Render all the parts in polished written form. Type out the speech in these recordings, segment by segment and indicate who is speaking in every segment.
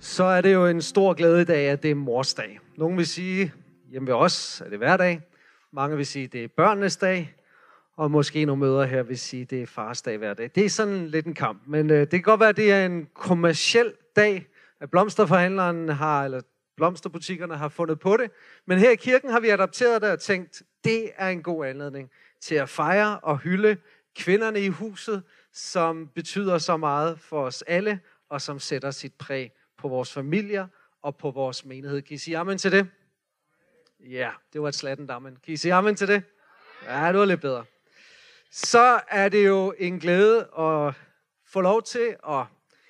Speaker 1: så er det jo en stor glæde i dag, at det er morsdag. Nogle vil sige, hjemme ved os er det hverdag. Mange vil sige, det er børnenes dag. Og måske nogle mødre her vil sige, det er fars dag hver dag. Det er sådan lidt en kamp. Men det kan godt være, at det er en kommerciel dag, at blomsterforhandleren har, eller blomsterbutikkerne har fundet på det. Men her i kirken har vi adopteret det og tænkt, det er en god anledning til at fejre og hylde kvinderne i huset, som betyder så meget for os alle, og som sætter sit præg på vores familier og på vores menighed. Kan I sige amen til det? Ja, det var et slatten dammen. Kan I sige amen til det? Ja, det var lidt bedre. Så er det jo en glæde at få lov til at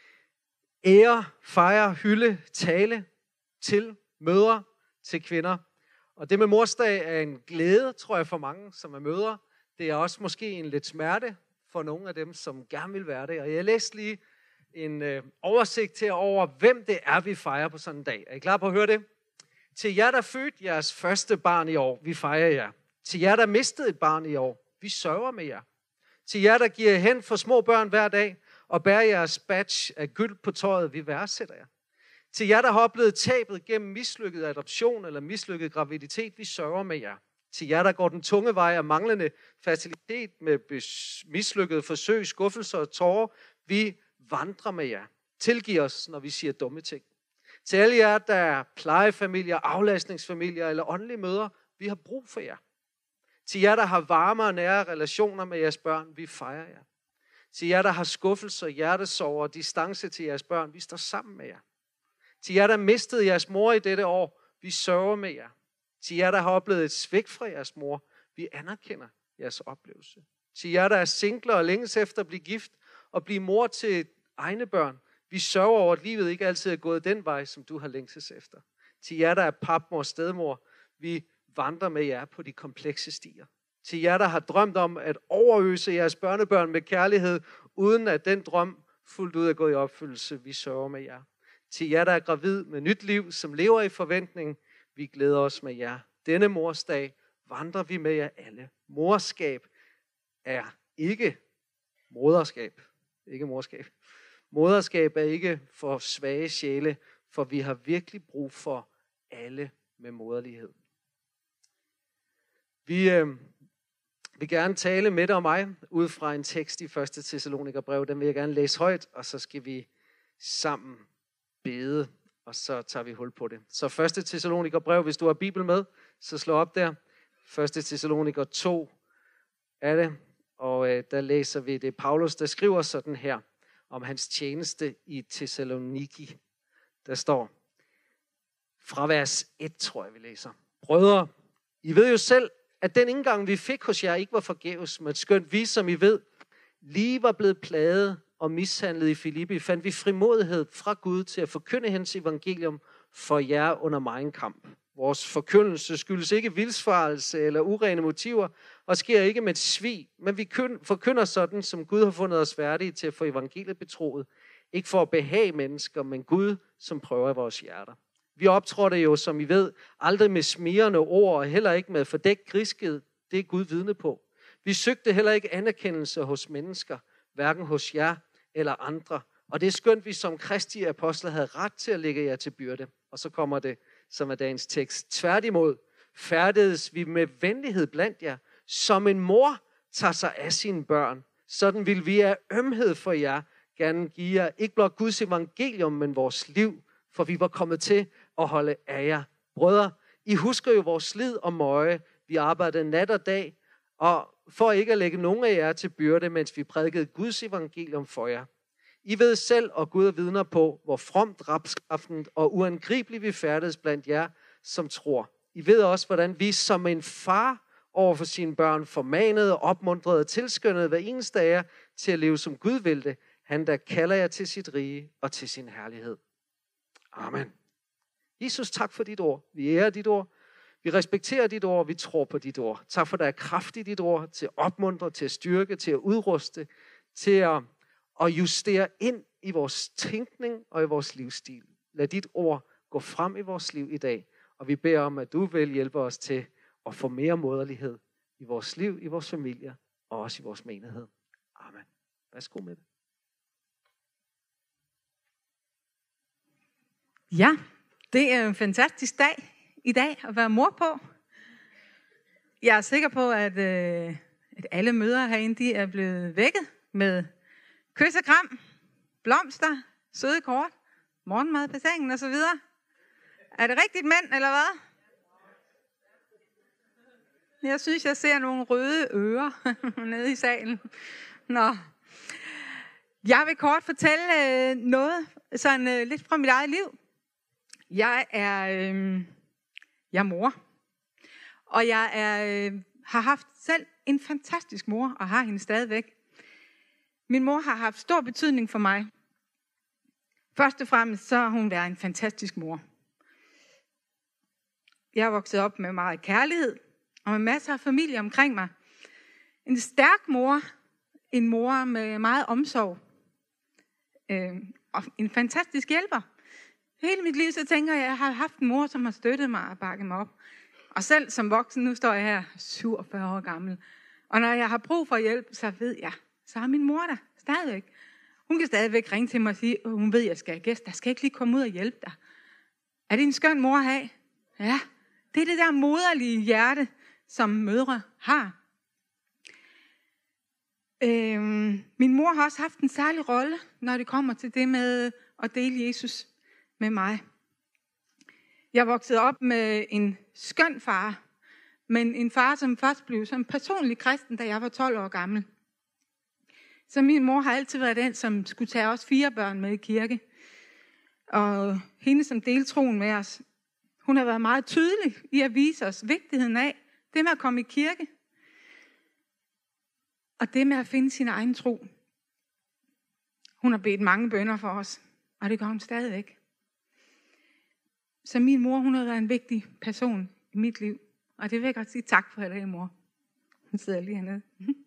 Speaker 1: ære, fejre, hylde, tale til mødre, til kvinder. Og det med morsdag er en glæde, tror jeg, for mange, som er mødre. Det er også måske en lidt smerte for nogle af dem, som gerne vil være det. Og jeg læste lige en oversigt til over, hvem det er, vi fejrer på sådan en dag. Er I klar på at høre det? Til jer, der fødte jeres første barn i år, vi fejrer jer. Til jer, der mistede et barn i år, vi sørger med jer. Til jer, der giver hen for små børn hver dag og bærer jeres badge af gyld på tøjet, vi værdsætter jer. Til jer, der har oplevet tabet gennem mislykket adoption eller mislykket graviditet, vi sørger med jer. Til jer, der går den tunge vej af manglende facilitet med mislykkede forsøg, skuffelser og tårer, vi vandrer med jer. Tilgiv os, når vi siger dumme ting. Til alle jer, der er plejefamilier, aflastningsfamilier eller åndelige mødre, vi har brug for jer. Til jer, der har varme og nære relationer med jeres børn, vi fejrer jer. Til jer, der har skuffelser, hjertesorger og distance til jeres børn, vi står sammen med jer. Til jer, der mistede jeres mor i dette år, vi sørger med jer. Til jer, der har oplevet et svigt fra jeres mor, vi anerkender jeres oplevelse. Til jer, der er singler og længes efter at blive gift og blive mor til egne børn, vi sørger over, at livet ikke altid er gået den vej, som du har længtes efter. Til jer, der er papmor og stedmor, vi vandrer med jer på de komplekse stier. Til jer, der har drømt om at overøse jeres børnebørn med kærlighed, uden at den drøm fuldt ud er gået i opfyldelse, vi sørger med jer. Til jer, der er gravid med nyt liv, som lever i forventning, vi glæder os med jer. Denne morsdag vandrer vi med jer alle. Morskab er ikke moderskab. Ikke morskab. Moderskab er ikke for svage sjæle, for vi har virkelig brug for alle med moderlighed. Vi vil gerne tale med dig og mig ud fra en tekst i 1. Thessalonikerbrev. Den vil jeg gerne læse højt, og så skal vi sammen bede, og så tager vi hul på det. Så 1. Thessalonikerbrev, hvis du har Bibel med, så slå op der. 1. Thessaloniker 2 er det, og der læser vi det. Paulus, der skriver sådan her om hans tjeneste i Thessaloniki. Der står fra vers 1, tror jeg, vi læser. Brødre, I ved jo selv, at den indgang, vi fik hos jer, ikke var forgæves, men skønt vi, som I ved, lige var blevet plaget og mishandlet i Filippi, fandt vi frimodighed fra Gud til at forkynde hans evangelium for jer under megen kamp. Vores forkyndelse skyldes ikke vildsfarelse eller urene motiver, og sker ikke med svig, men vi forkynder sådan, som Gud har fundet os værdige til at få evangeliet betroet. Ikke for at behage mennesker, men Gud, som prøver vores hjerter. Vi optrådte jo, som I ved, aldrig med smirrende ord, og heller ikke med fordækt griskhed. Det er Gud vidne på. Vi søgte heller ikke anerkendelse hos mennesker, hverken hos jer eller andre. Og det er skønt, vi som Kristi apostler havde ret til at lægge jer til byrde. Og så kommer det, som er dagens tekst. Tværtimod færdedes vi med venlighed blandt jer, som en mor tager sig af sine børn. Sådan vil vi af ømhed for jer gerne give jer ikke blot Guds evangelium, men vores liv, for vi var kommet til at holde af jer. Brødre, I husker jo vores slid og møje. Vi arbejdede nat og dag, og for ikke at lægge nogen af jer til byrde, mens vi prædikede Guds evangelium for jer. I ved selv, og Gud er vidner på, hvor fromt, rapskaffent og uangribeligt vi færdes blandt jer, som tror. I ved også, hvordan vi som en far over for sine børn formanede, opmuntrede og tilskyndede hver eneste af jer til at leve som Gud vil det. Han, der kalder jer til sit rige og til sin herlighed. Amen. Jesus, tak for dit ord. Vi ærer dit ord. Vi respekterer dit ord, vi tror på dit ord. Tak for, der er kraft i dit ord til at opmuntre, til at styrke, til at udruste, til at justere ind i vores tænkning og i vores livsstil. Lad dit ord gå frem i vores liv i dag, og vi beder om, at du vil hjælpe os til at få mere moderlighed i vores liv, i vores familie og også i vores menighed. Amen. Værsgo med det.
Speaker 2: Ja, det er en fantastisk dag i dag at være mor på. Jeg er sikker på, at alle mødre herinde, de er blevet vækket med kys og kram, blomster, søde kort, morgenmad på sengen osv. Er det rigtigt, mænd, eller hvad? Jeg synes, jeg ser nogle røde ører nede i salen. Nå. Jeg vil kort fortælle noget sådan lidt fra mit eget liv. Jeg er mor, og jeg har haft selv en fantastisk mor, og har hende stadigvæk. Min mor har haft stor betydning for mig. Først og fremmest så har hun været en fantastisk mor. Jeg er vokset op med meget kærlighed, og med masser af familie omkring mig. En stærk mor, en mor med meget omsorg, og en fantastisk hjælper. Hele mit liv så tænker jeg, at jeg har haft en mor, som har støttet mig og bakket mig op. Og selv som voksen, nu står jeg her 47 år gammel. Og når jeg har brug for hjælp, så ved jeg, så er min mor der stadigvæk. Hun kan stadigvæk ringe til mig og sige, at hun ved, at jeg skal have gæst. Der skal ikke lige komme ud og hjælpe dig. Er det en skøn mor at have? Ja, det er det der moderlige hjerte, som mødre har. Min mor har også haft en særlig rolle, når det kommer til det med at dele Jesus med mig. Jeg voksede op med en skøn far, men en far, som først blev som personlig kristen, da jeg var 12 år gammel. Så min mor har altid været den, som skulle tage os 4 børn med i kirke. Og hende, som delte troen med os, hun har været meget tydelig i at vise os vigtigheden af det med at komme i kirke. Og det med at finde sin egen tro. Hun har bedt mange bønner for os, og det gør hun stadigvæk. Så min mor, hun har været en vigtig person i mit liv. Og det vil jeg godt sige tak for i dag, mor. Hun sidder lige hernede.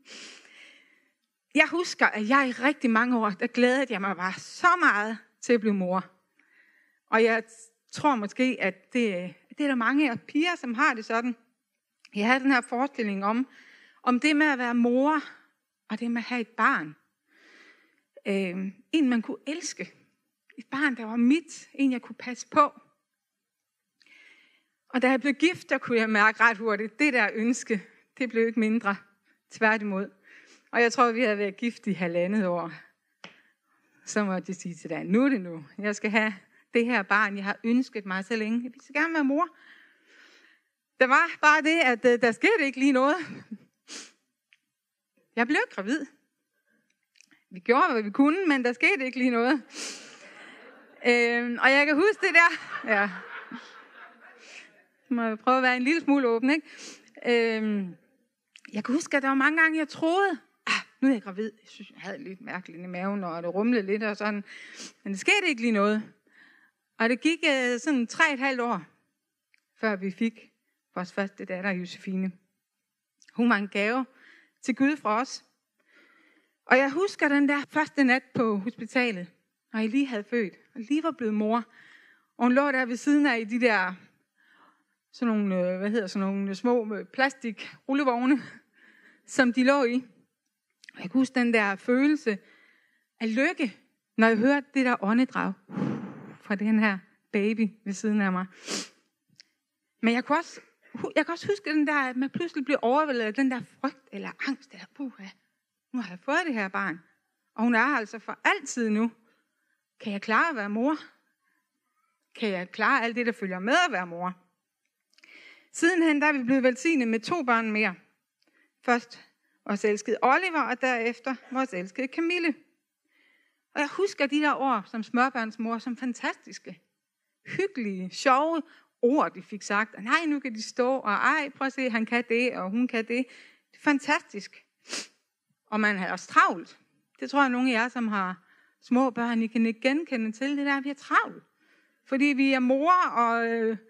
Speaker 2: Jeg husker, at jeg i rigtig mange år, der glædede jeg mig bare så meget til at blive mor. Og jeg tror måske, at det er der mange af piger, som har det sådan. Jeg havde den her forestilling om det med at være mor, og det med at have et barn. En, man kunne elske. Et barn, der var mit. En, jeg kunne passe på. Og da jeg blev gift, der kunne jeg mærke ret hurtigt, det der ønske, det blev ikke mindre. Tværtimod. Og jeg tror, vi havde været gift i 1,5 år. Så måtte jeg sige til dig, nu er det nu. Jeg skal have det her barn, jeg har ønsket mig så længe. Jeg vil så gerne være mor. Der var bare det, at der skete ikke lige noget. Jeg blev gravid. Vi gjorde, hvad vi kunne, men der skete ikke lige noget. Og jeg kan huske det der. Ja. Må jeg prøve at være en lille smule åben, ikke? Jeg kan huske, at der var mange gange, jeg troede, nu er jeg gravid. Jeg synes, jeg havde lidt mærkeligt i maven, og det rumlede lidt og sådan. Men det skete ikke lige noget. Og det gik sådan 3,5 år, før vi fik vores første datter, Josefine. Hun var en gave til Gud fra os. Og jeg husker den der første nat på hospitalet, når jeg lige havde født, og lige var blevet mor. Og hun lå der ved siden af i de der, sådan nogle små plastik-rullevogne, som de lå i. Og jeg kan huske den der følelse af lykke, når jeg hørte det der åndedrag fra den her baby ved siden af mig. Men jeg kan også huske den der, at man pludselig blev overvældet af den der frygt eller angst. Eller, nu har jeg fået det her barn. Og hun er altså for altid nu. Kan jeg klare at være mor? Kan jeg klare alt det, der følger med at være mor? Sidenhen der er vi blevet velsignet med 2 børn mere. Først vores elskede Oliver, og derefter vores elskede Camille. Og jeg husker de der år som smørbørnsmor som fantastiske, hyggelige, sjove ord, de fik sagt. Og nej, nu kan de stå, og ej, prøv at se, han kan det, og hun kan det. Det er fantastisk. Og man har også travlt. Det tror jeg, nogle af jer, som har små børn, I kan ikke genkende til det der, vi er travlt. Fordi vi er mor, og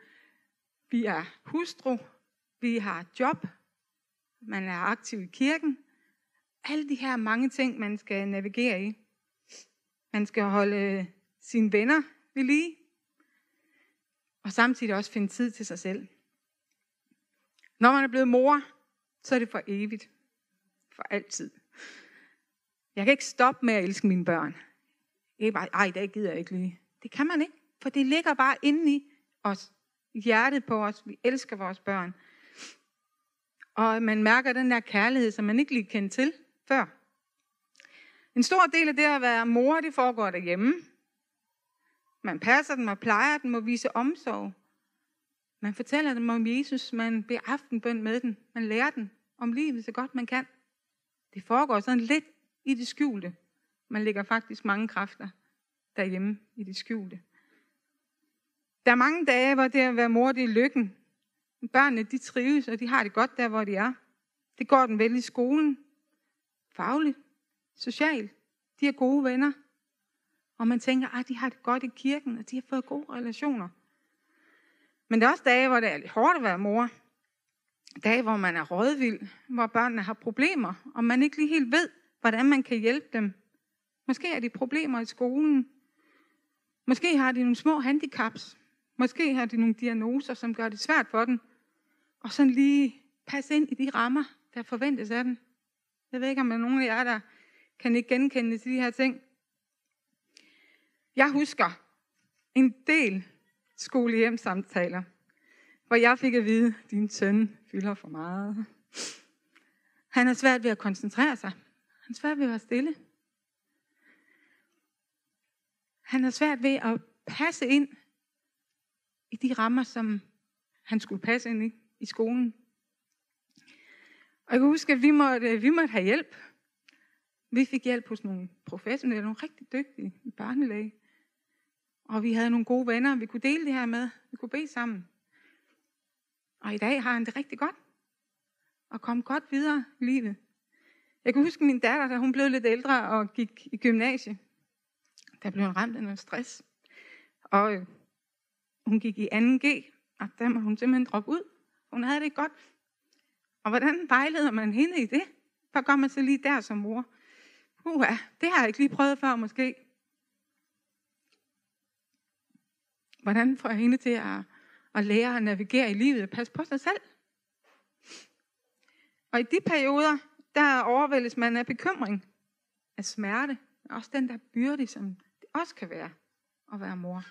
Speaker 2: vi er hustru, vi har job, man er aktiv i kirken. Alle de her mange ting, man skal navigere i. Man skal holde sine venner ved lige, og samtidig også finde tid til sig selv. Når man er blevet mor, så er det for evigt. For altid. Jeg kan ikke stoppe med at elske mine børn. Ikke bare, det gider jeg ikke lige. Det kan man ikke. For det ligger bare inde i os. I hjertet på os. Vi elsker vores børn. Og man mærker den der kærlighed, som man ikke lige kendte til før. En stor del af det at være mor, det foregår derhjemme. Man passer dem og plejer dem og viser omsorg. Man fortæller dem om Jesus, man beder aftenbøn med dem. Man lærer dem om livet så godt man kan. Det foregår sådan lidt i det skjulte. Man lægger faktisk mange kræfter derhjemme i det skjulte. Der er mange dage, hvor det at være mor, det er lykken. Børnene, de trives, og de har det godt der, hvor de er. Det går den vel i skolen. Fagligt. Socialt. De er gode venner. Og man tænker, at de har det godt i kirken, og de har fået gode relationer. Men der er også dage, hvor det er lidt hårdt at være mor. Dage, hvor man er rådvild, hvor børnene har problemer, og man ikke lige helt ved, hvordan man kan hjælpe dem. Måske er de problemer i skolen. Måske har de nogle små handicaps. Måske har de nogle diagnoser, som gør det svært for dem. Og sådan lige passe ind i de rammer, der forventes af dem. Jeg ved ikke, om der er nogen af jer, der kan ikke genkende til de her ting. Jeg husker en del skolehjemsamtaler, hvor jeg fik at vide, at din søn fylder for meget. Han er svært ved at koncentrere sig. Han er svært ved at være stille. Han er svært ved at passe ind i de rammer, som han skulle passe ind i skolen. Og jeg kan huske, at vi måtte have hjælp. Vi fik hjælp hos nogle professionelle, nogle rigtig dygtige børnelæge. Og vi havde nogle gode venner, vi kunne dele det her med. Vi kunne bede sammen. Og i dag har han det rigtig godt. Og kom godt videre i livet. Jeg kan huske min datter, da hun blev lidt ældre og gik i gymnasiet. Der blev hun ramt af noget stress. Og hun gik i 2G, og der må hun simpelthen droppe ud. Hun havde det godt. Og hvordan vejleder man hende i det? Hvor går man så lige der som mor? Det har jeg ikke lige prøvet før måske. Hvordan får jeg hende til at lære at navigere i livet og passe på sig selv? Og i de perioder, der overvældes man af bekymring, af smerte, og også den der byrde, som det også kan være at være mor.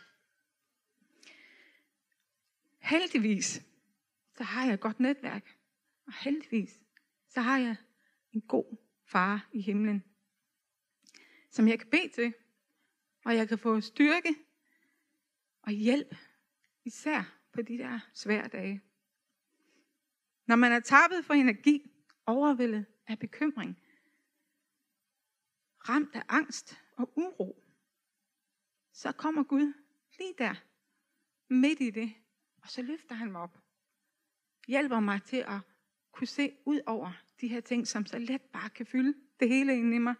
Speaker 2: Heldigvis, så har jeg et godt netværk. Og heldigvis, så har jeg en god far i himlen, som jeg kan bede til, og jeg kan få styrke og hjælp, især på de der svære dage. Når man er tappet for energi, overvældet af bekymring, ramt af angst og uro, så kommer Gud lige der, midt i det, og så løfter han mig op. Hjælper mig til at kunne se ud over de her ting, som så let bare kan fylde det hele inde i mig.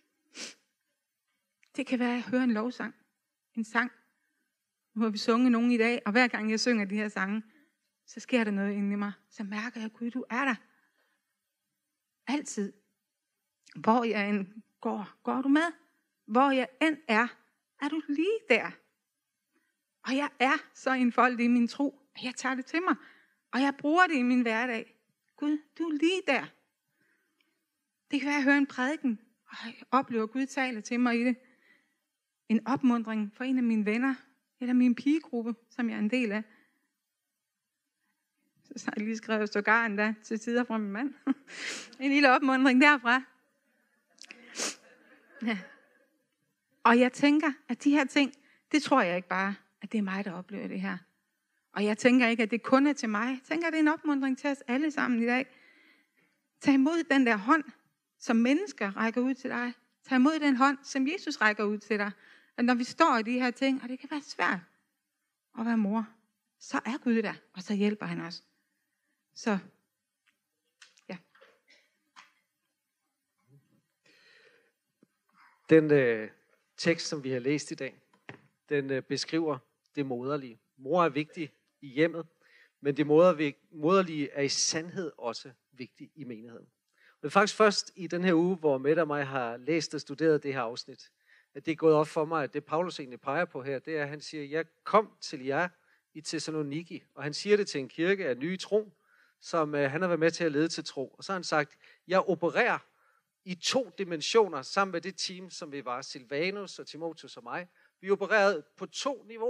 Speaker 2: Det kan være at høre en lovsang, en sang. Nu har vi sunget nogen i dag, og hver gang jeg synger de her sange, så sker der noget inde i mig. Så mærker jeg, Gud, du er der. Altid. Hvor jeg end går du med. Hvor jeg end er du lige der. Og jeg er så enfoldig i min tro, at jeg tager det til mig. Og jeg bruger det i min hverdag. Gud, du er lige der. Det kan være, at jeg hører en prædiken, og jeg oplever, at Gud taler til mig i det. En opmuntring for en af mine venner, eller min pigegruppe, som jeg er en del af. Så har jeg lige skrevet sågar endda til tider fra min mand. En lille opmuntring derfra. Ja. Og jeg tænker, at de her ting, det tror jeg ikke bare, at det er mig, der oplever det her. Og jeg tænker ikke, at det kun er til mig. Jeg tænker, at det er en opmuntring til os alle sammen i dag. Tag imod den der hånd, som mennesker rækker ud til dig. Tag imod den hånd, som Jesus rækker ud til dig. Og når vi står i de her ting, og det kan være svært at være mor, så er Gud der, og så hjælper han os. Så, ja.
Speaker 1: Den tekst, som vi har læst i dag, den beskriver det moderlige. Mor er vigtig i hjemmet, men det moderlige er i sandhed også vigtigt i menigheden. Og det er faktisk først i den her uge, hvor Mette og mig har læst og studeret det her afsnit, at det er gået op for mig, at det Paulus egentlig peger på her, det er, at han siger, jeg kom til jer i Thessaloniki, og han siger det til en kirke af nye tro, som han har været med til at lede til tro. Og så har han sagt, jeg opererer i 2 dimensioner sammen med det team, som vi var, Silvanus og Timotheus og mig. Vi opererede på 2 niveauer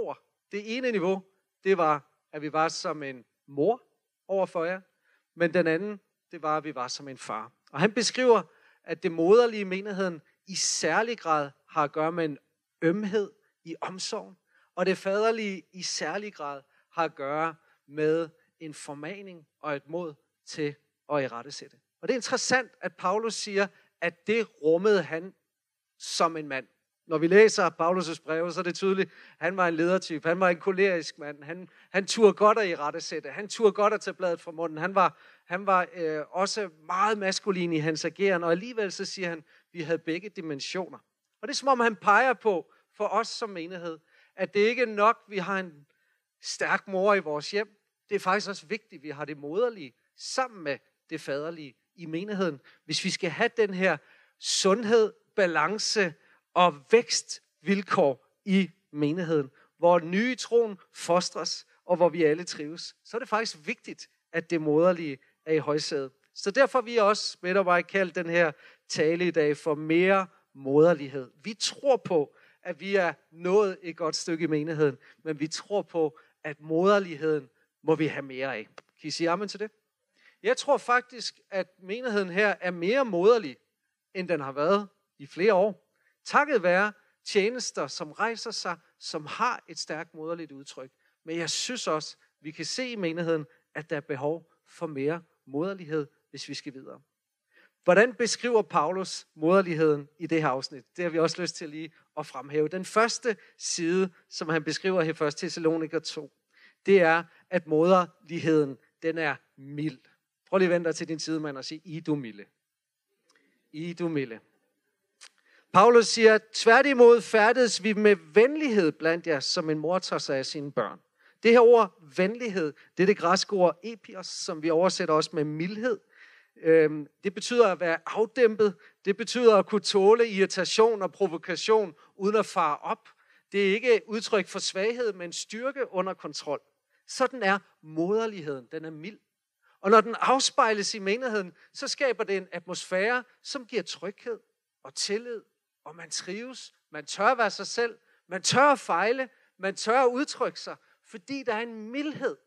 Speaker 1: Det ene niveau, det var, at vi var som en mor over for jer, men den anden, det var, at vi var som en far. Og han beskriver, at det moderlige i menigheden i særlig grad har at gøre med en ømhed i omsorgen, og det faderlige i særlig grad har at gøre med en formaning og et mod til at irettesætte. Og det er interessant, at Paulus siger, at det rummede han som en mand. Når vi læser Paulus' breve, så er det tydeligt, at han var en ledertype, han var en kolerisk mand, han turde godt at irettesætte, han turde godt at tage bladet fra munden, han var også meget maskulin i hans ageren, og alligevel så siger han, at vi havde begge dimensioner. Og det er som om han peger på, for os som menighed, at det ikke er nok, vi har en stærk mor i vores hjem. Det er faktisk også vigtigt, at vi har det moderlige sammen med det faderlige i menigheden. Hvis vi skal have den her sundhed, balance og vækstvilkår i menigheden, hvor nye troen fostres, og hvor vi alle trives, så er det faktisk vigtigt, at det moderlige er i højsædet. Så derfor har vi også med mig kaldt den her tale i dag for mere moderlighed. Vi tror på, at vi er nået et godt stykke i menigheden, men vi tror på, at moderligheden må vi have mere af. Kan I sige amen til det? Jeg tror faktisk, at menigheden her er mere moderlig, end den har været i flere år. Takket være tjenester, som rejser sig, som har et stærkt moderligt udtryk. Men jeg synes også, vi kan se i menigheden, at der er behov for mere moderlighed, hvis vi skal videre. Hvordan beskriver Paulus moderligheden i det her afsnit? Det har vi også lyst til lige at fremhæve. Den første side, som han beskriver her i 1. Thessaloniker 2, det er, at moderligheden, den er mild. Prøv lige at vente til din sidemand og sige, I du milde. I du milde. Paulus siger, tværtimod færdedes vi med venlighed blandt jer, som en mor tager sig af sine børn. Det her ord, venlighed, det er det græske ord epios, som vi oversætter også med mildhed. Det betyder at være afdæmpet. Det betyder at kunne tåle irritation og provokation uden at fare op. Det er ikke udtryk for svaghed, men styrke under kontrol. Sådan er moderligheden. Den er mild. Og når den afspejles i menigheden, så skaber det en atmosfære, som giver tryghed og tillid. Og man trives. Man tør være sig selv. Man tør at fejle. Man tør at udtrykke sig. Fordi der er en mildhed.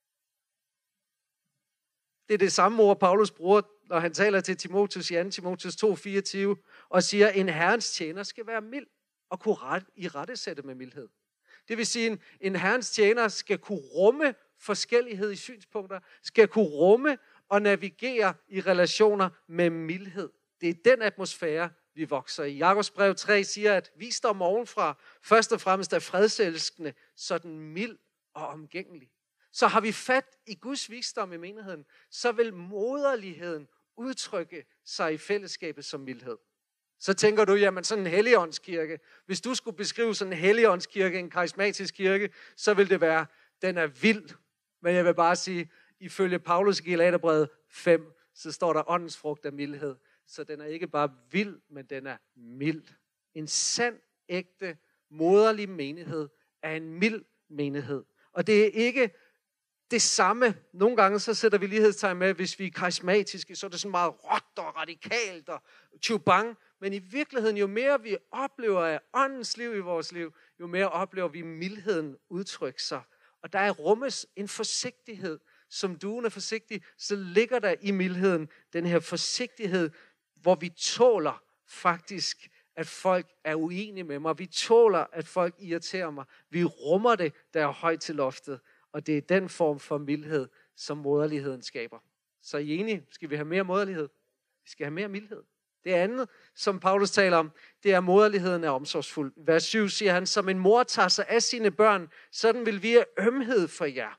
Speaker 1: Det er det samme ord, Paulus bruger, når han taler til Timotheus i 2. Timotheus 2:24, og siger, at en herrens tjener skal være mild og kunne irettesætte med mildhed. Det vil sige, at en herrens tjener skal kunne rumme forskellighed i synspunkter, skal kunne rumme og navigere i relationer med mildhed. Det er den atmosfære, vi vokser i. Jakobs brev 3 siger, at visdom ovenfra først og fremmest er fredselskende, sådan mild og omgængelig. Så har vi fat i Guds visdom i menigheden, så vil moderligheden udtrykke sig i fællesskabet som mildhed. Så tænker du, jamen sådan en helligåndskirke, hvis du skulle beskrive sådan en helligåndskirke, en karismatisk kirke, så vil det være, den er vild. Men jeg vil bare sige, ifølge Paulus i Galaterbrevet 5, så står der åndens frugt af mildhed. Så den er ikke bare vild, men den er mild. En sand, ægte, moderlig menighed er en mild menighed. Og det er ikke det samme. Nogle gange så sætter vi lighedstegn med, hvis vi er karismatiske, så er det sådan meget råt og radikalt og tjubang. Men i virkeligheden, jo mere vi oplever af åndens liv i vores liv, jo mere oplever vi mildheden udtrykke sig. Og der er rummes en forsigtighed. Som duen er forsigtig, så ligger der i mildheden den her forsigtighed, hvor vi tåler faktisk, at folk er uenige med mig. Vi tåler, at folk irriterer mig. Vi rummer det, der er højt til loftet. Og det er den form for mildhed, som moderligheden skaber. Så er I enige? Skal vi have mere moderlighed? Vi skal have mere mildhed. Det andet, som Paulus taler om, det er, at moderligheden er omsorgsfuld. Vers 7 siger han, som en mor tager sig af sine børn, sådan vil vi have ømhed for jer.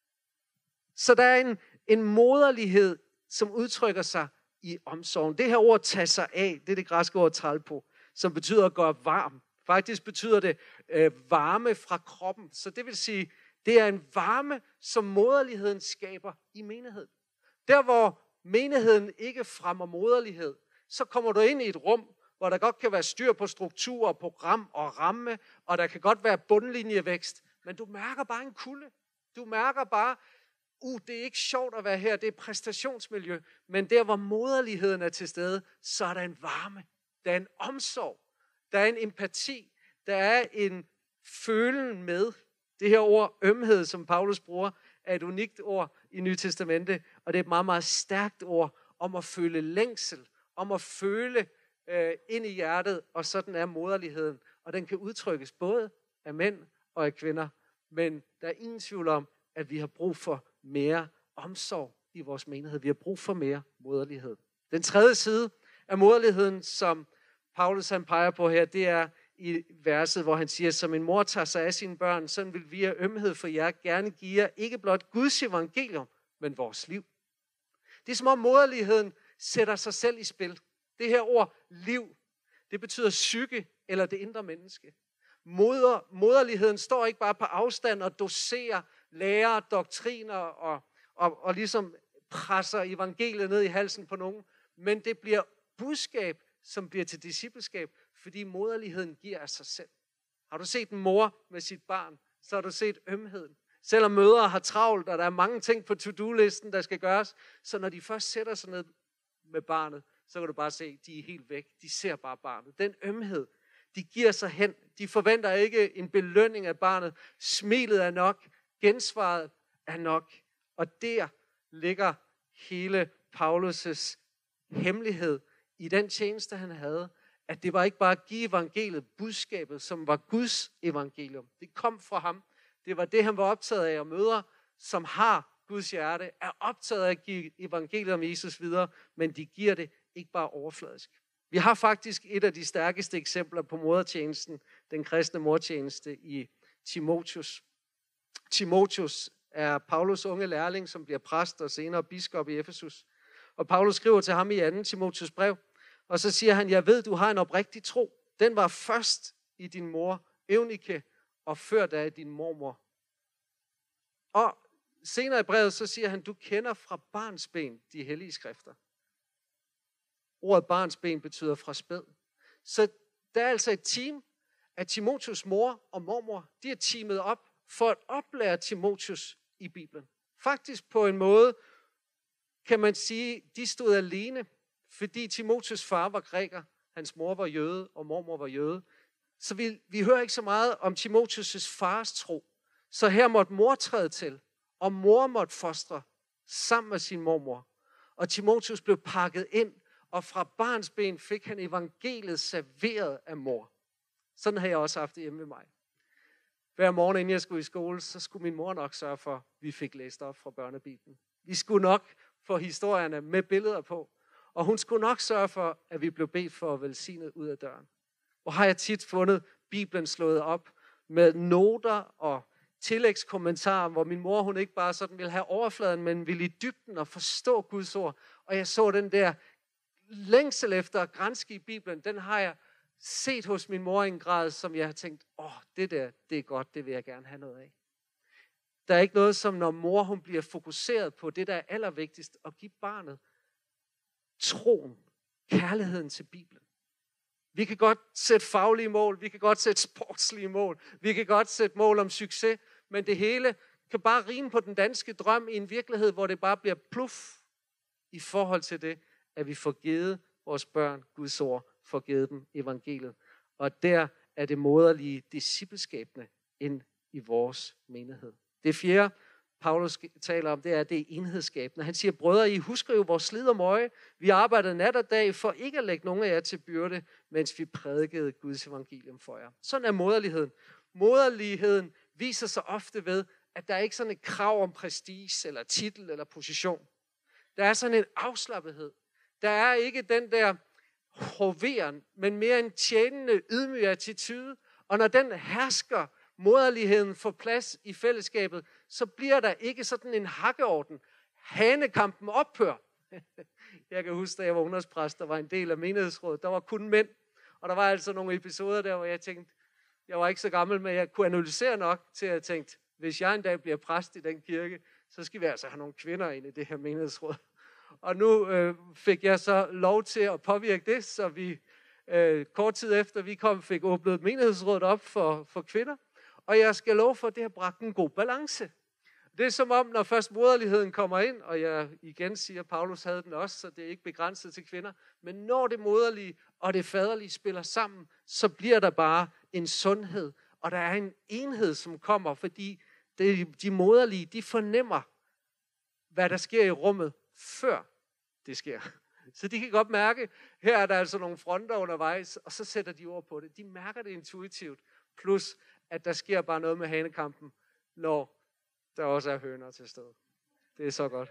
Speaker 1: Så der er en moderlighed, som udtrykker sig i omsorgen. Det her ord, tage sig af, det er det græske ord tralpo, som betyder at gøre varm. Faktisk betyder det varme fra kroppen. Så det vil sige, det er en varme, som moderligheden skaber i menigheden. Der hvor menigheden ikke fremmer moderlighed, så kommer du ind i et rum, hvor der godt kan være styr på struktur, program og ramme, og der kan godt være bundlinjevækst, men du mærker bare en kulde. Du mærker bare, det er ikke sjovt at være her, det er præstationsmiljø, men der hvor moderligheden er til stede, så er der en varme, der er en omsorg, der er en empati, der er en følen med, Det her ord ømhed, som Paulus bruger, er et unikt ord i Nye Testamente, og det er et meget, meget stærkt ord om at føle længsel, om at føle ind i hjertet, og sådan er moderligheden. Og den kan udtrykkes både af mænd og af kvinder, men der er ingen tvivl om, at vi har brug for mere omsorg i vores menighed. Vi har brug for mere moderlighed. Den tredje side af moderligheden, som Paulus han peger på her, det er i verset, hvor han siger, som en mor tager sig af sine børn, sådan vil vi af ømhed for jer gerne give jer ikke blot Guds evangelium, men vores liv. Det er som om moderligheden sætter sig selv i spil. Det her ord, liv, det betyder psyke eller det indre menneske. Moderligheden står ikke bare på afstand og doserer, lærer, doktriner og ligesom presser evangeliet ned i halsen på nogen, men det bliver budskab, som bliver til discipleskab, fordi moderligheden giver af sig selv. Har du set en mor med sit barn, så har du set ømheden. Selvom mødre har travlt, og der er mange ting på to-do-listen, der skal gøres, så når de først sætter sig ned med barnet, så kan du bare se, at de er helt væk. De ser bare barnet. Den ømhed, de giver sig hen. De forventer ikke en belønning af barnet. Smilet er nok. Gensvaret er nok. Og der ligger hele Paulus' hemmelighed i den tjeneste, han havde. At det var ikke bare at give evangeliet, budskabet, som var Guds evangelium. Det kom fra ham. Det var det, han var optaget af, og mødre, som har Guds hjerte, er optaget af at give evangeliet om Jesus videre, men de giver det ikke bare overfladisk. Vi har faktisk et af de stærkeste eksempler på modertjenesten, den kristne mortjeneste i Timotheus. Timotheus er Paulus' unge lærling, som bliver præst og senere biskop i Efesus. Og Paulus skriver til ham i 2. Timotheus brev, og så siger han, jeg ved, du har en oprigtig tro. Den var først i din mor Eunike, og før da din mormor. Og senere i brevet, så siger han, du kender fra barnsben de hellige skrifter. Ordet barnsben betyder fra spæd. Så der er altså et team af Timotheus mor og mormor. De er teamet op for at oplære Timotheus i Bibelen. Faktisk på en måde, kan man sige, de stod alene, fordi Timotheus far var græker, hans mor var jøde, og mormor var jøde. Så vi hører ikke så meget om Timotheus' fars tro. Så her måtte mor træde til, og mor måtte fostre sammen med sin mormor. Og Timotheus blev pakket ind, og fra barnsben fik han evangeliet serveret af mor. Sådan har jeg også haft det hjemme ved mig. Hver morgen, inden jeg skulle i skole, så skulle min mor nok sørge for, at vi fik læst op fra børnebibelen. Vi skulle nok få historierne med billeder på, og hun skulle nok sørge for, at vi blev bedt for at velsigne ud af døren. Og har jeg tit fundet Bibelen slået op med noter og tillægskommentarer, hvor min mor, hun ikke bare sådan ville have overfladen, men ville i dybden og forstå Guds ord. Og jeg så den der længsel efter at granske i Bibelen, den har jeg set hos min mor i en grad, som jeg har tænkt, det der, det er godt, det vil jeg gerne have noget af. Der er ikke noget som, når mor hun bliver fokuseret på det, der er allervigtigst, at give barnet troen, kærligheden til Bibelen. Vi kan godt sætte faglige mål, vi kan godt sætte sportslige mål, vi kan godt sætte mål om succes, men det hele kan bare rime på den danske drøm i en virkelighed, hvor det bare bliver pluf i forhold til det, at vi får givet vores børn Guds ord, får givet dem evangeliet. Og der er det moderlige discipleskabende ind i vores menighed. Det fjerde, Paulus taler om, det er enhedsskabende. Han siger, brødre, I husker jo vores slid og møje. Vi arbejdede nat og dag for ikke at lægge nogen af jer til byrde, mens vi prædikede Guds evangelium for jer. Sådan er moderligheden. Moderligheden viser sig ofte ved, at der er ikke sådan et krav om prestige, eller titel, eller position. Der er sådan en afslappethed. Der er ikke den der hoveren, men mere en tjenende, ydmyg attitude. Og når den hersker, moderligheden får plads i fællesskabet, så bliver der ikke sådan en hakkeorden. Hanekampen ophør. Jeg kan huske, da jeg var ungdomspræst, der var en del af menighedsrådet, der var kun mænd. Og der var altså nogle episoder der, hvor jeg tænkte, jeg var ikke så gammel, men jeg kunne analysere nok til at tænke, hvis jeg en dag bliver præst i den kirke, så skal vi altså have nogle kvinder ind i det her menighedsråd. Og nu fik jeg så lov til at påvirke det, så vi kort tid efter vi kom, fik åbnet menighedsrådet op for kvinder. Og jeg skal love for, at det har bragt en god balance. Det er som om, når først moderligheden kommer ind, og jeg igen siger, at Paulus havde den også, så det er ikke begrænset til kvinder, men når det moderlige og det faderlige spiller sammen, så bliver der bare en sundhed og der er en enhed, som kommer, fordi de moderlige, de fornemmer, hvad der sker i rummet, før det sker. Så de kan godt mærke, her er der altså nogle fronter undervejs, og så sætter de ord på det. De mærker det intuitivt, plus at der sker bare noget med hanekampen, når der også er høner til stede. Det er så godt.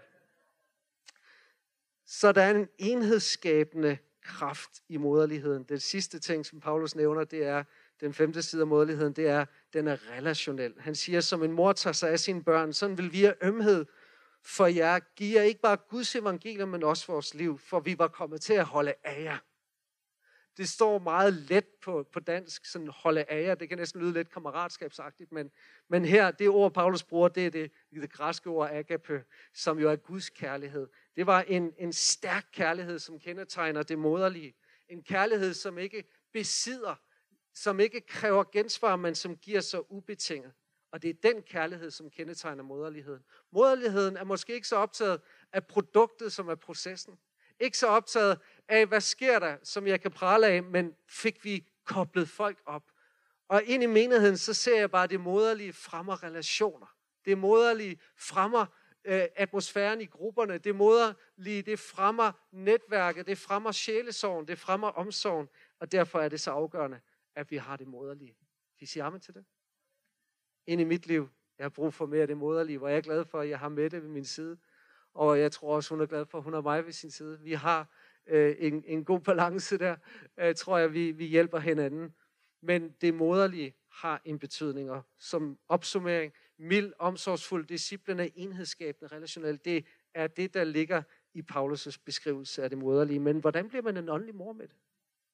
Speaker 1: Så der er en enhedsskabende kraft i moderligheden. Den sidste ting, som Paulus nævner, det er den 5. side af moderligheden, det er, den er relationel. Han siger, som en mor tager sig af sine børn, sådan vil vi af ømhed for jer give jer ikke bare Guds evangelium, men også vores liv, for vi var kommet til at holde af jer. Det står meget let på dansk, sådan holde af jer. Det kan næsten lyde lidt kammeratskabsagtigt, men her, det ord, Paulus bruger, det er det græske ord agape, som jo er Guds kærlighed. Det var en stærk kærlighed, som kendetegner det moderlige. En kærlighed, som ikke besidder, som ikke kræver gensvar, men som giver sig ubetinget. Og det er den kærlighed, som kendetegner moderligheden. Moderligheden er måske ikke så optaget af produktet, som er processen. Ikke så optaget af, hvad sker der, som jeg kan prale af, men fik vi koblet folk op. Og ind i menigheden, så ser jeg bare, at det moderlige fremmer relationer. Det moderlige fremmer atmosfæren i grupperne. Det moderlige, det fremmer netværket, det fremmer sjælesorgen, det fremmer omsorgen. Og derfor er det så afgørende, at vi har det moderlige. Kan I sige amen til det? Ind i mit liv, jeg har brug for mere af det moderlige, hvor jeg er glad for, at jeg har Mette ved min side. Og jeg tror også, hun er glad for, at hun har mig ved sin side. Vi har en god balance der, tror jeg, vi hjælper hinanden. Men det moderlige har en betydning, og som opsummering, mild, omsorgsfuld, disciplene, enhedsskabende, relationelt, det er det, der ligger i Paulus' beskrivelse af det moderlige. Men hvordan bliver man en åndelig mor med det?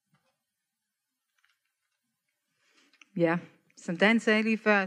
Speaker 2: Ja, som Dan sagde lige før,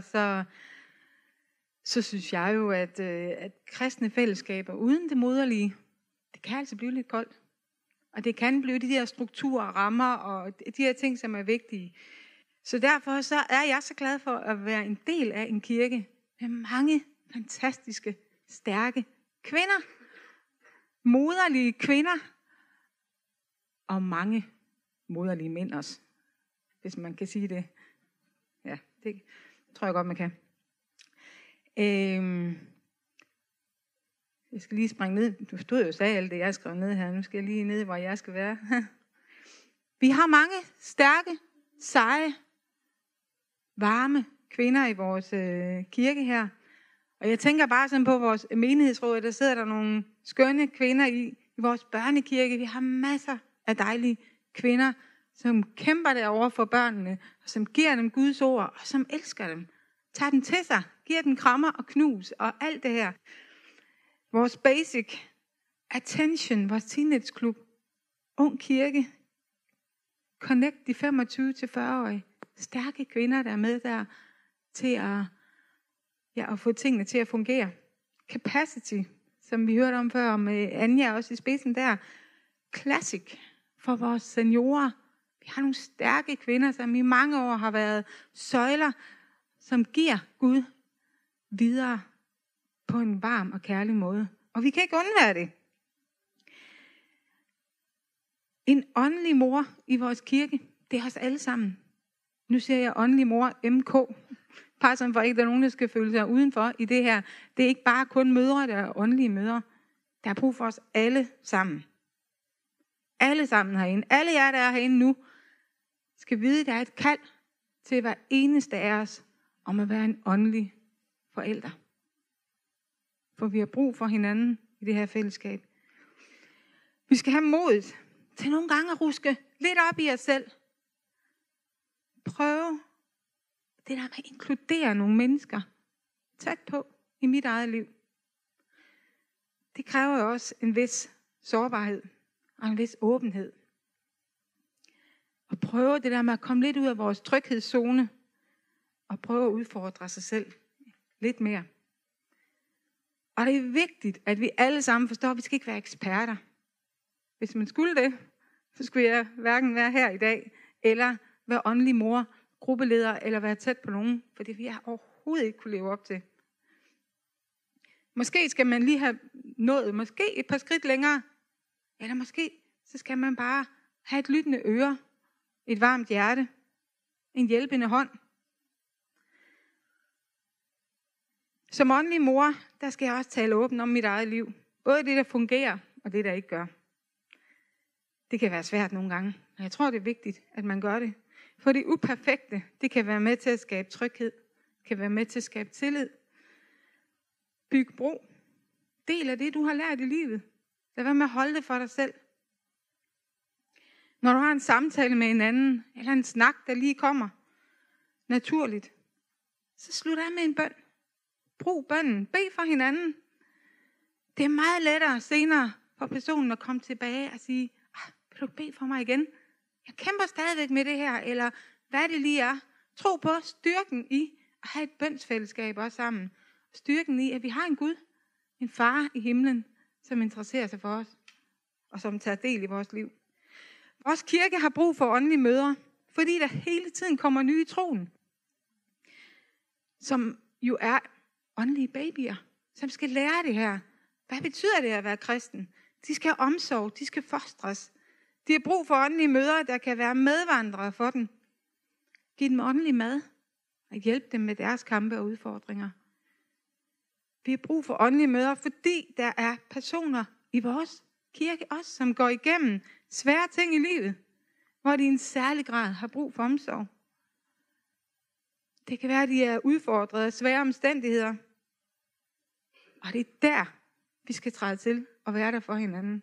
Speaker 2: så synes jeg jo, at kristne fællesskaber uden det moderlige, det kan altså blive lidt koldt. Og det kan blive de der strukturer, rammer og de her ting, som er vigtige. Så derfor så er jeg så glad for at være en del af en kirke med mange fantastiske, stærke kvinder. Moderlige kvinder. Og mange moderlige mænd også, hvis man kan sige det. Ja, det tror jeg godt, man kan. Jeg skal lige springe ned. Du stod jo og sagde alt det, jeg skrev ned her. Nu skal jeg lige ned, hvor jeg skal være. Vi har mange stærke, seje, varme kvinder i vores kirke her. Og jeg tænker bare sådan på vores menighedsråd, der sidder der nogle skønne kvinder i vores børnekirke. Vi har masser af dejlige kvinder, som kæmper derovre for børnene, og som giver dem Guds ord, og som elsker dem. Tager dem til sig, giver dem krammer og knus, og alt det her. Vores basic attention, vores teenageklub, ung kirke, connect de 25-40-årige, stærke kvinder, der er med der, til at få tingene til at fungere. Capacity, som vi hørte om før, med Anja også i spidsen der. Classic for vores seniorer. Vi har nogle stærke kvinder, som i mange år har været søjler, som giver Gud videre på en varm og kærlig måde. Og vi kan ikke undvære det. En åndelig mor i vores kirke, det er os alle sammen. Nu siger jeg åndelig mor, MK. Bare sådan for ikke, der er nogen, der skal føle sig udenfor i det her. Det er ikke bare kun mødre, der er åndelige mødre. Der er brug for os alle sammen. Alle sammen herinde. Alle jer, der er herinde nu, skal vide, at der er et kald til hver eneste af os om at være en åndelig forælder. For vi har brug for hinanden i det her fællesskab. Vi skal have modet til nogle gange at ruske lidt op i os selv. Prøve det der med at inkludere nogle mennesker tæt på i mit eget liv. Det kræver jo også en vis sårbarhed og en vis åbenhed. Og prøve det der med at komme lidt ud af vores tryghedszone og prøve at udfordre sig selv lidt mere. Og det er vigtigt, at vi alle sammen forstår, at vi skal ikke være eksperter. Hvis man skulle det, så skulle jeg hverken være her i dag, eller være åndelig mor, gruppeleder, eller være tæt på nogen, for det vil jeg overhovedet ikke kunne leve op til. Måske skal man lige have nået, måske et par skridt længere, eller måske så skal man bare have et lyttende øre, et varmt hjerte, en hjælpende hånd, Som åndelig mor, der skal jeg også tale åbent om mit eget liv. Både det, der fungerer, og det, der ikke gør. Det kan være svært nogle gange, men jeg tror, det er vigtigt, at man gør det. For det uperfekte, det kan være med til at skabe tryghed. Det kan være med til at skabe tillid. Byg bro. Del af det, du har lært i livet. Lad være med at holde det for dig selv. Når du har en samtale med en anden, eller en snak, der lige kommer naturligt, så slut af med en bøn. Brug bønnen. Bed for hinanden. Det er meget lettere senere for personen at komme tilbage og sige, vil du bede for mig igen? Jeg kæmper stadigvæk med det her, eller hvad det lige er. Tro på styrken i at have et bønsfællesskab også sammen. Styrken i, at vi har en Gud, en far i himlen, som interesserer sig for os, og som tager del i vores liv. Vores kirke har brug for åndelige møder, fordi der hele tiden kommer nye i troen, som jo er åndelige babyer, som skal lære det her. Hvad betyder det at være kristen? De skal have omsorg, de skal fostres. De har brug for åndelige møder, der kan være medvandrere for dem. Giv dem åndelig mad og hjælp dem med deres kampe og udfordringer. Vi har brug for åndelige møder, fordi der er personer i vores kirke også, som går igennem svære ting i livet, hvor de i en særlig grad har brug for omsorg. Det kan være, at de er udfordret af svære omstændigheder. Og det er der, vi skal træde til og være der for hinanden.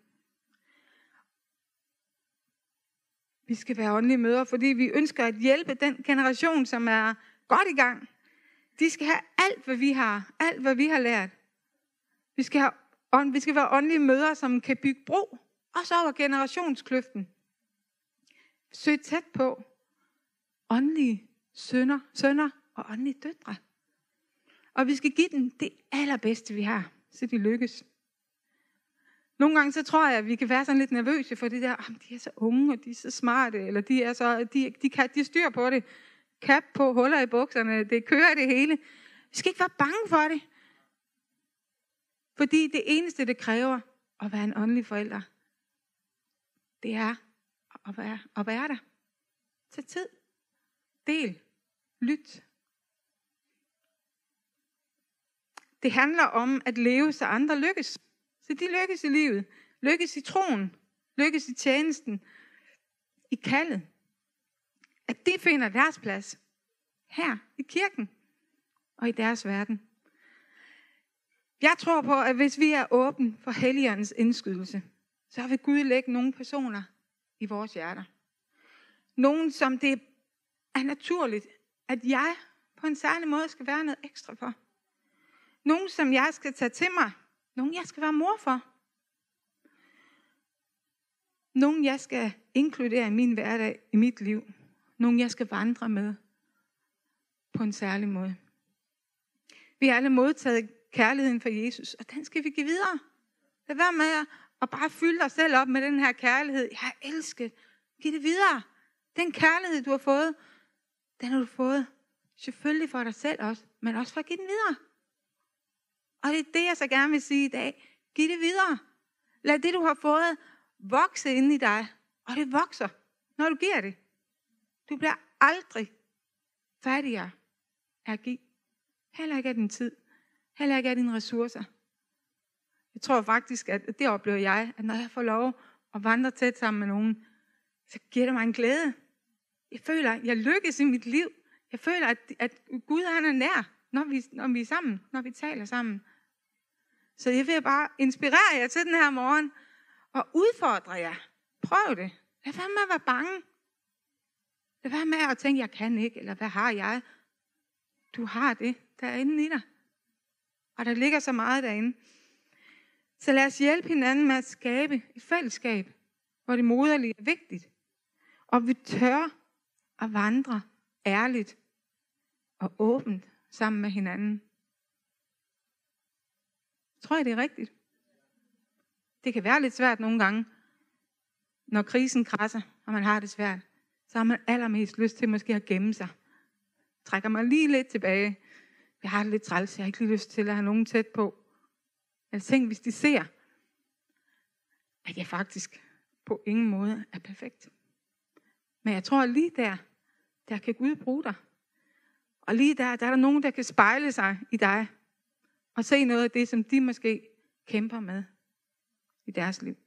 Speaker 2: Vi skal være åndelige mødre, fordi vi ønsker at hjælpe den generation, som er godt i gang. De skal have alt, hvad vi har. Alt, hvad vi har lært. Vi skal være åndelige mødre, som kan bygge bro. Også over generationskløften. Søg tæt på åndelige sønner og åndelige døtre. Og vi skal give dem det allerbedste, vi har, så de lykkes. Nogle gange så tror jeg, at vi kan være sådan lidt nervøse for det der, de er så unge, og de er så smarte, eller de styr på det. Cap på, huller i bukserne, det kører det hele. Vi skal ikke være bange for det. Fordi det eneste, det kræver at være en åndelig forælder, det er at være der. Tag tid. Del. Lyt. Det handler om at leve, så andre lykkes. Så de lykkes i livet. Lykkes i troen. Lykkes i tjenesten. I kaldet. At de finder deres plads. Her i kirken. Og i deres verden. Jeg tror på, at hvis vi er åbne for Helligåndens indskydelse, så vil Gud lægge nogle personer i vores hjerter. Nogen, som det er naturligt, at jeg på en særlig måde skal være noget ekstra for. Nogen, som jeg skal tage til mig. Nogen, jeg skal være mor for. Nogen, jeg skal inkludere i min hverdag, i mit liv. Nogen, jeg skal vandre med på en særlig måde. Vi har alle modtaget kærligheden for Jesus, og den skal vi give videre. Lad være med at bare fylde dig selv op med den her kærlighed. Jeg har elsket. Giv det videre. Den kærlighed, du har fået, den har du fået selvfølgelig for dig selv også, men også for at give den videre. Og det er det, jeg så gerne vil sige i dag. Giv det videre. Lad det, du har fået, vokse inde i dig. Og det vokser, når du giver det. Du bliver aldrig fattigere af at give. Heller ikke af din tid. Heller ikke af dine ressourcer. Jeg tror faktisk, at det oplever jeg, at når jeg får lov at vandre tæt sammen med nogen, så giver det mig en glæde. Jeg føler, at jeg lykkes i mit liv. Jeg føler, at Gud han er nær, når vi er sammen, når vi taler sammen. Så jeg vil bare inspirere jer til den her morgen, og udfordre jer. Prøv det. Lad være med at være bange. Lad være med at tænke, jeg kan ikke, eller hvad har jeg? Du har det, der er inde i dig. Og der ligger så meget derinde. Så lad os hjælpe hinanden med at skabe et fællesskab, hvor det moderlige er vigtigt. Og vi tør at vandre ærligt og åbent sammen med hinanden. Tror jeg, det er rigtigt? Det kan være lidt svært nogle gange, når krisen krasser, og man har det svært. Så har man allermest lyst til måske at gemme sig. Trækker mig lige lidt tilbage. Jeg har det lidt træls, jeg har ikke lige lyst til at have nogen tæt på. Jeg tænker, hvis de ser, at jeg faktisk på ingen måde er perfekt. Men jeg tror lige der kan Gud bruge dig. Og lige der er der nogen, der kan spejle sig i dig. Og se noget af det, som de måske kæmper med i deres liv.